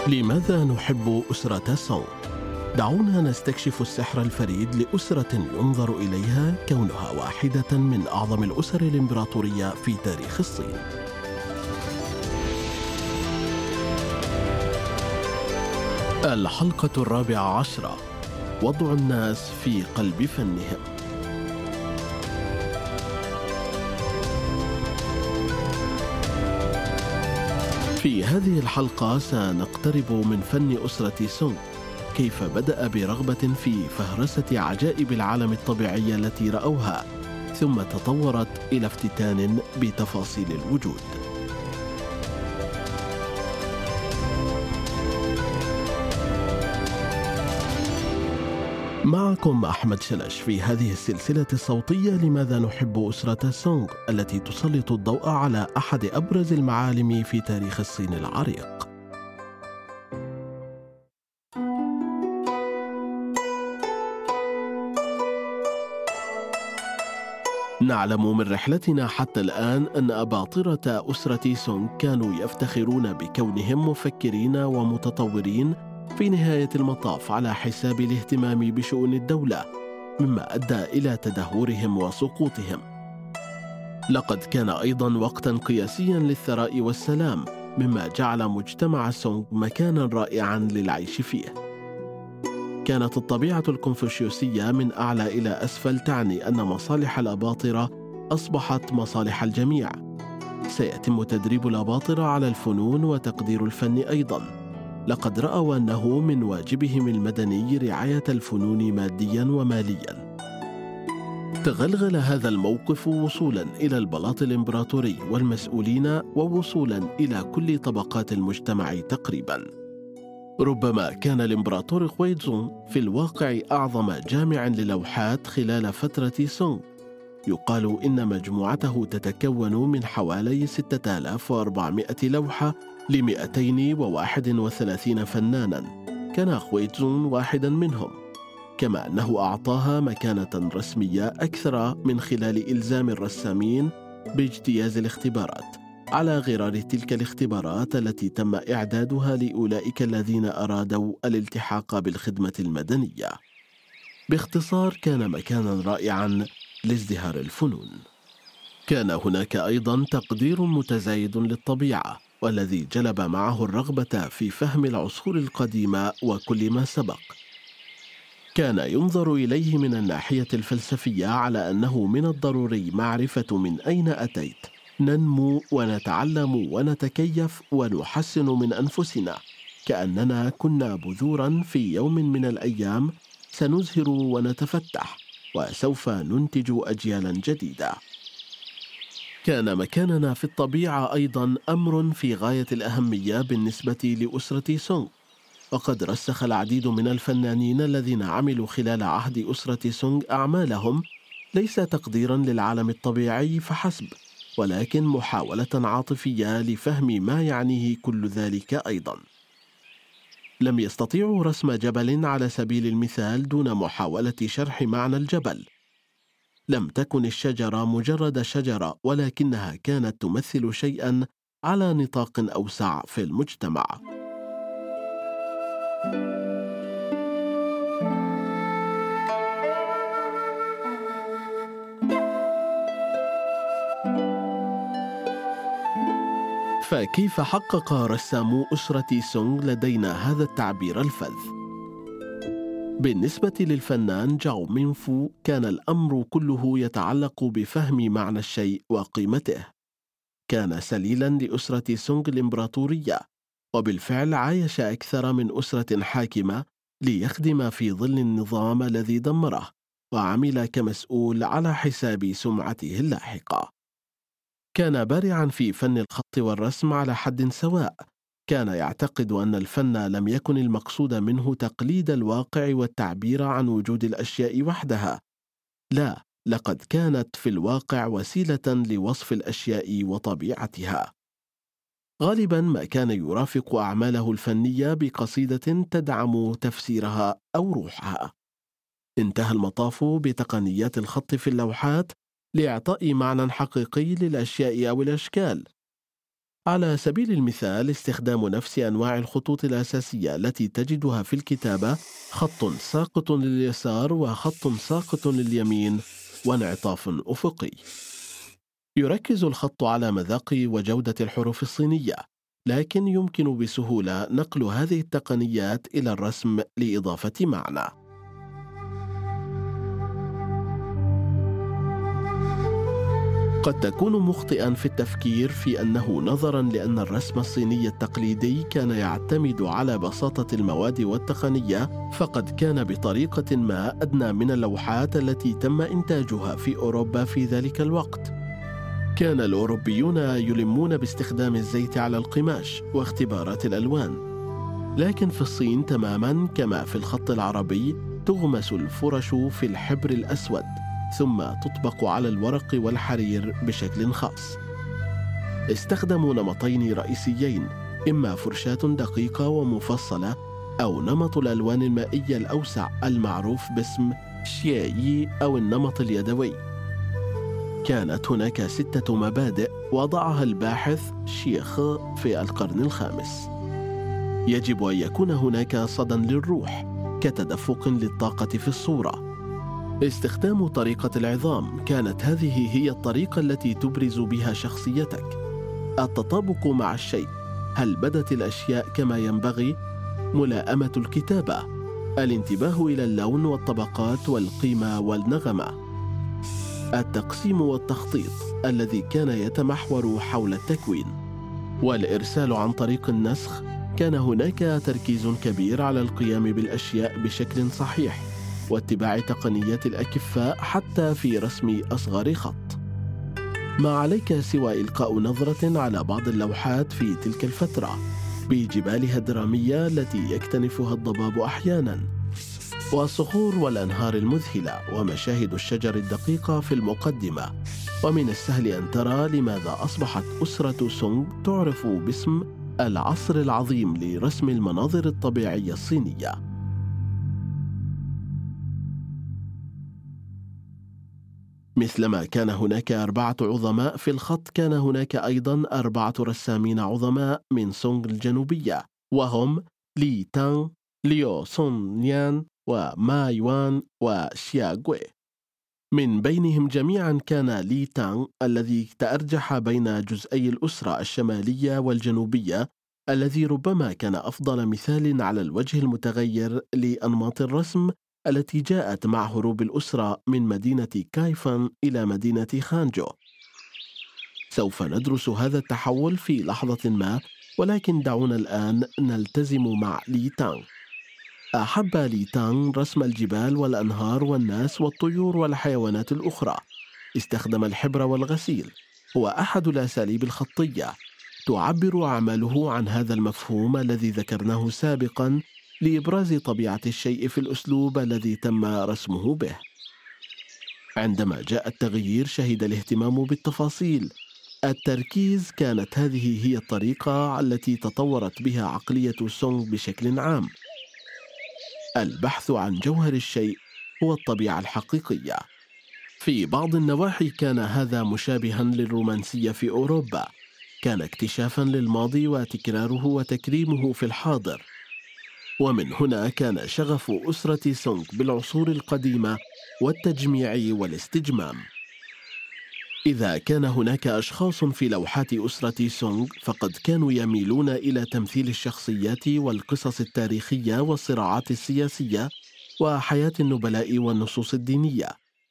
لماذا نحب أسرة سونغ؟ دعونا نستكشف السحر الفريد لأسرة ينظر إليها كونها واحدة من أعظم الأسر الإمبراطورية في تاريخ الصين. الحلقة 14: وضع الناس في قلب فنهم. في هذه الحلقة سنقترب من فن أسرة سونغ، كيف بدأ برغبة في فهرسة عجائب العالم الطبيعية التي رأوها، ثم تطورت إلى افتتان بتفاصيل الوجود. معكم أحمد شلش في هذه السلسلة الصوتية لماذا نحب أسرة سونغ، التي تسلط الضوء على أحد أبرز المعالم في تاريخ الصين العريق. نعلم من رحلتنا حتى الآن أن أباطرة أسرة سونغ كانوا يفتخرون بكونهم مفكرين ومتطورين في نهاية المطاف على حساب الاهتمام بشؤون الدولة، مما أدى إلى تدهورهم وسقوطهم. لقد كان أيضا وقتا قياسيا للثراء والسلام، مما جعل مجتمع سونغ مكانا رائعا للعيش فيه. كانت الطبيعة الكونفوشيوسية من أعلى إلى أسفل تعني أن مصالح الأباطرة أصبحت مصالح الجميع. سيتم تدريب الأباطرة على الفنون وتقدير الفن أيضا. لقد رأوا أنه من واجبهم المدني رعاية الفنون ماديا وماليا. تغلغل هذا الموقف وصولا إلى البلاط الإمبراطوري والمسؤولين، ووصولا إلى كل طبقات المجتمع تقريبا. ربما كان الإمبراطور خويزونغ في الواقع أعظم جامع للوحات خلال فترة سونغ. يقال إن مجموعته تتكون من حوالي 6400 لوحة ل231 فنانا، كان خويزونغ واحدا منهم، كما أنه أعطاها مكانة رسمية أكثر من خلال إلزام الرسامين باجتياز الاختبارات، على غرار تلك الاختبارات التي تم إعدادها لأولئك الذين أرادوا الالتحاق بالخدمة المدنية. باختصار، كان مكانا رائعا لازدهار الفنون. كان هناك أيضا تقدير متزايد للطبيعة، والذي جلب معه الرغبة في فهم العصور القديمة وكل ما سبق. كان ينظر إليه من الناحية الفلسفية على أنه من الضروري معرفة من أين أتيت، ننمو ونتعلم ونتكيف ونحسن من أنفسنا، كأننا كنا بذورا في يوم من الأيام سنزهر ونتفتح، وسوف ننتج أجيالا جديدة. كان مكاننا في الطبيعة أيضا أمر في غاية الأهمية بالنسبة لأسرة سونغ، وقد رسخ العديد من الفنانين الذين عملوا خلال عهد أسرة سونغ أعمالهم ليس تقديرا للعالم الطبيعي فحسب، ولكن محاولة عاطفية لفهم ما يعنيه كل ذلك أيضا. لم يستطيعوا رسم جبل على سبيل المثال دون محاولة شرح معنى الجبل. لم تكن الشجرة مجرد شجرة، ولكنها كانت تمثل شيئا على نطاق أوسع في المجتمع. فكيف حقق رسامو أسرة سونغ لدينا هذا التعبير الفذ؟ بالنسبة للفنان جاو مينفو، كان الأمر كله يتعلق بفهم معنى الشيء وقيمته. كان سليلا لأسرة سونغ الإمبراطورية، وبالفعل عايش أكثر من أسرة حاكمة ليخدم في ظل النظام الذي دمره، وعمل كمسؤول على حساب سمعته اللاحقة. كان بارعا في فن الخط والرسم على حد سواء. كان يعتقد أن الفن لم يكن المقصود منه تقليد الواقع والتعبير عن وجود الأشياء وحدها، لا، لقد كانت في الواقع وسيلة لوصف الأشياء وطبيعتها. غالبا ما كان يرافق أعماله الفنية بقصيدة تدعم تفسيرها أو روحها. انتهى المطاف بتقنيات الخط في اللوحات لإعطاء معنى حقيقي للأشياء أو الأشكال. على سبيل المثال استخدام نفس أنواع الخطوط الأساسية التي تجدها في الكتابة: خط ساقط لليسار وخط ساقط لليمين وانعطاف أفقي. يركز الخط على مذاق وجودة الحروف الصينية، لكن يمكن بسهولة نقل هذه التقنيات إلى الرسم لإضافة معنى. قد تكون مخطئاً في التفكير في أنه نظراً لأن الرسم الصيني التقليدي كان يعتمد على بساطة المواد والتقنية، فقد كان بطريقة ما أدنى من اللوحات التي تم إنتاجها في أوروبا في ذلك الوقت. كان الأوروبيون يلمون باستخدام الزيت على القماش واختبارات الألوان، لكن في الصين تماماً كما في الخط العربي تغمس الفرش في الحبر الأسود ثم تطبق على الورق والحرير بشكل خاص. استخدموا نمطين رئيسيين، إما فرشاة دقيقة ومفصلة أو نمط الألوان المائية الأوسع المعروف باسم شيايي أو النمط اليدوي. كانت هناك 6 مبادئ وضعها الباحث شيخ في القرن الخامس. يجب أن يكون هناك صدى للروح كتدفق للطاقة في الصورة. استخدام طريقة العظام، كانت هذه هي الطريقة التي تبرز بها شخصيتك. التطابق مع الشيء، هل بدت الأشياء كما ينبغي؟ ملائمة الكتابة، الانتباه إلى اللون والطبقات والقيمة والنغمة. التقسيم والتخطيط الذي كان يتمحور حول التكوين. والإرسال عن طريق النسخ، كان هناك تركيز كبير على القيام بالأشياء بشكل صحيح واتباع تقنيات الأكفاء حتى في رسم أصغر خط. ما عليك سوى إلقاء نظرة على بعض اللوحات في تلك الفترة بجبالها الدرامية التي يكتنفها الضباب أحياناً، والصخور والأنهار المذهلة ومشاهد الشجر الدقيقة في المقدمة. ومن السهل أن ترى لماذا أصبحت أسرة سونغ تعرف باسم العصر العظيم لرسم المناظر الطبيعية الصينية. مثلما كان هناك 4 عظماء في الخط، كان هناك أيضاً 4 رسامين عظماء من سونغ الجنوبية، وهم لي تانغ، ليو سون نيان، وما يوان، وشياغوي. من بينهم جميعاً كان لي تانغ الذي تأرجح بين جزئي الأسرة الشمالية والجنوبية، الذي ربما كان أفضل مثال على الوجه المتغير لأنماط الرسم التي جاءت مع هروب الأسرة من مدينة كايفان إلى مدينة خانجو. سوف ندرس هذا التحول في لحظة ما، ولكن دعونا الآن نلتزم مع لي تانغ. أحب لي تانغ رسم الجبال والأنهار والناس والطيور والحيوانات الأخرى. استخدم الحبر والغسيل، هو أحد الأساليب الخطية. تعبر أعماله عن هذا المفهوم الذي ذكرناه سابقاً لإبراز طبيعة الشيء في الأسلوب الذي تم رسمه به. عندما جاء التغيير شهد الاهتمام بالتفاصيل. التركيز، كانت هذه هي الطريقة التي تطورت بها عقلية سونغ بشكل عام. البحث عن جوهر الشيء هو الطبيعة الحقيقية. في بعض النواحي كان هذا مشابها للرومانسية في أوروبا، كان اكتشافا للماضي وتكراره وتكريمه في الحاضر. ومن هنا كان شغف أسرة سونغ بالعصور القديمة والتجميع والاستجمام. إذا كان هناك أشخاص في لوحات أسرة سونغ فقد كانوا يميلون إلى تمثيل الشخصيات والقصص التاريخية والصراعات السياسية وحياة النبلاء والنصوص الدينية.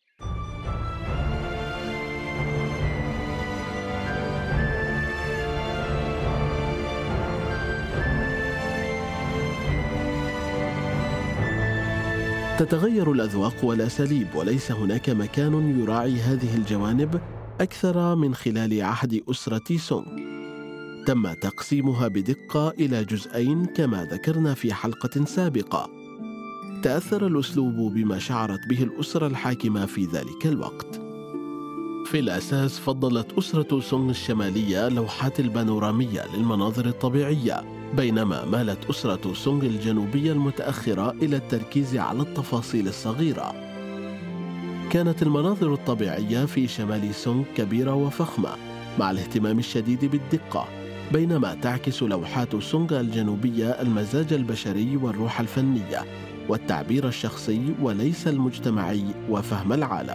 تتغير الأذواق والأساليب، وليس هناك مكان يراعي هذه الجوانب أكثر من خلال عهد أسرة سونغ. تم تقسيمها بدقة إلى جزئين كما ذكرنا في حلقة سابقة. تأثر الأسلوب بما شعرت به الأسرة الحاكمة في ذلك الوقت. في الأساس فضلت أسرة سونغ الشمالية لوحات البانورامية للمناظر الطبيعية، بينما مالت أسرة سونغ الجنوبية المتأخرة إلى التركيز على التفاصيل الصغيرة. كانت المناظر الطبيعية في شمال سونغ كبيرة وفخمة، مع الاهتمام الشديد بالدقة. بينما تعكس لوحات سونغ الجنوبية المزاج البشري والروح الفنية والتعبير الشخصي وليس المجتمعي وفهم العالم.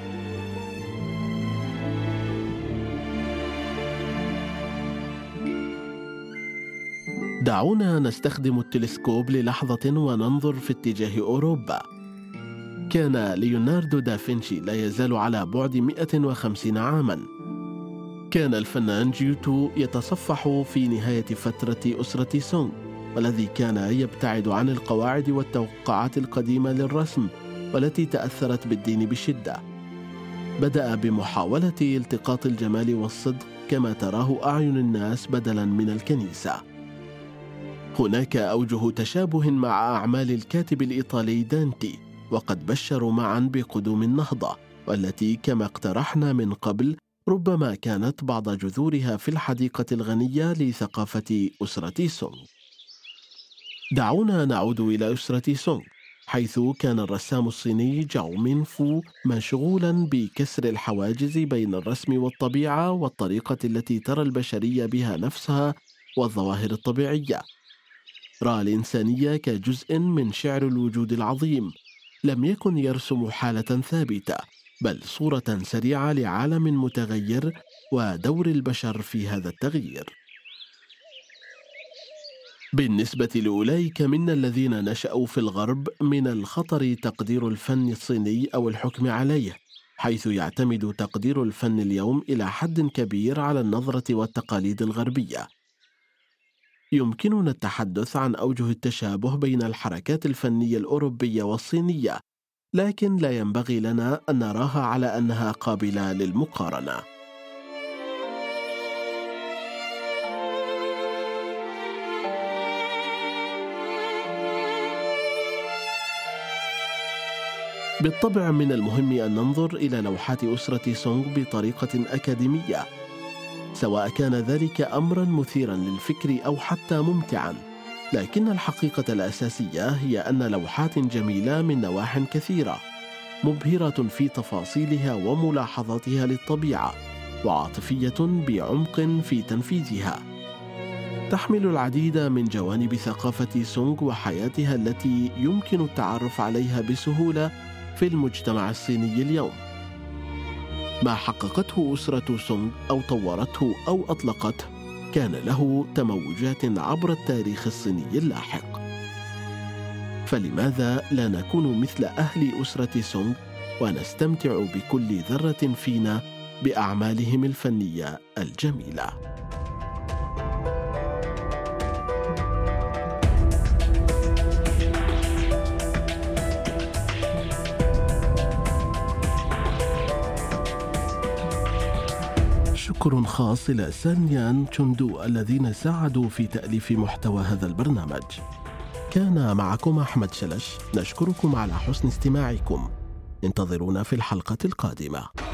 دعونا نستخدم التلسكوب للحظة وننظر في اتجاه أوروبا. كان ليوناردو دافنشي لا يزال على بعد 150 عاماً. كان الفنان جيوتو يتصفح في نهاية فترة أسرة سونغ، والذي كان يبتعد عن القواعد والتوقعات القديمة للرسم والتي تأثرت بالدين بشدة. بدأ بمحاولة التقاط الجمال والصدق كما تراه أعين الناس بدلاً من الكنيسة. هناك أوجه تشابه مع أعمال الكاتب الإيطالي دانتي، وقد بشروا معاً بقدوم النهضة، والتي كما اقترحنا من قبل ربما كانت بعض جذورها في الحديقة الغنية لثقافة أسرة سونغ. دعونا نعود إلى أسرة سونغ، حيث كان الرسام الصيني جاو مين فو مشغولاً بكسر الحواجز بين الرسم والطبيعة والطريقة التي ترى البشرية بها نفسها والظواهر الطبيعية. رأى الإنسانية كجزء من شعر الوجود العظيم، لم يكن يرسم حالة ثابتة، بل صورة سريعة لعالم متغير ودور البشر في هذا التغيير. بالنسبة لأولئك منا الذين نشأوا في الغرب، من الخطر تقدير الفن الصيني أو الحكم عليه، حيث يعتمد تقدير الفن اليوم إلى حد كبير على النظرة والتقاليد الغربية. يمكننا التحدث عن أوجه التشابه بين الحركات الفنية الأوروبية والصينية، لكن لا ينبغي لنا أن نراها على أنها قابلة للمقارنة. بالطبع من المهم أن ننظر إلى لوحات أسرة سونغ بطريقة أكاديمية، سواء كان ذلك أمراً مثيراً للفكر أو حتى ممتعاً، لكن الحقيقة الأساسية هي أن لوحات جميلة من نواح كثيرة، مبهرة في تفاصيلها وملاحظاتها للطبيعة، وعاطفية بعمق في تنفيذها. تحمل العديد من جوانب ثقافة سونغ وحياتها التي يمكن التعرف عليها بسهولة في المجتمع الصيني اليوم. ما حققته أسرة سونغ أو طورته أو أطلقته كان له تموجات عبر التاريخ الصيني اللاحق. فلماذا لا نكون مثل أهل أسرة سونغ ونستمتع بكل ذرة فينا بأعمالهم الفنية الجميلة؟ شكر خاص إلى سانيان تشوندو الذين ساعدوا في تأليف محتوى هذا البرنامج. كان معكم أحمد شلش، نشكركم على حسن استماعكم. انتظرونا في الحلقة القادمة.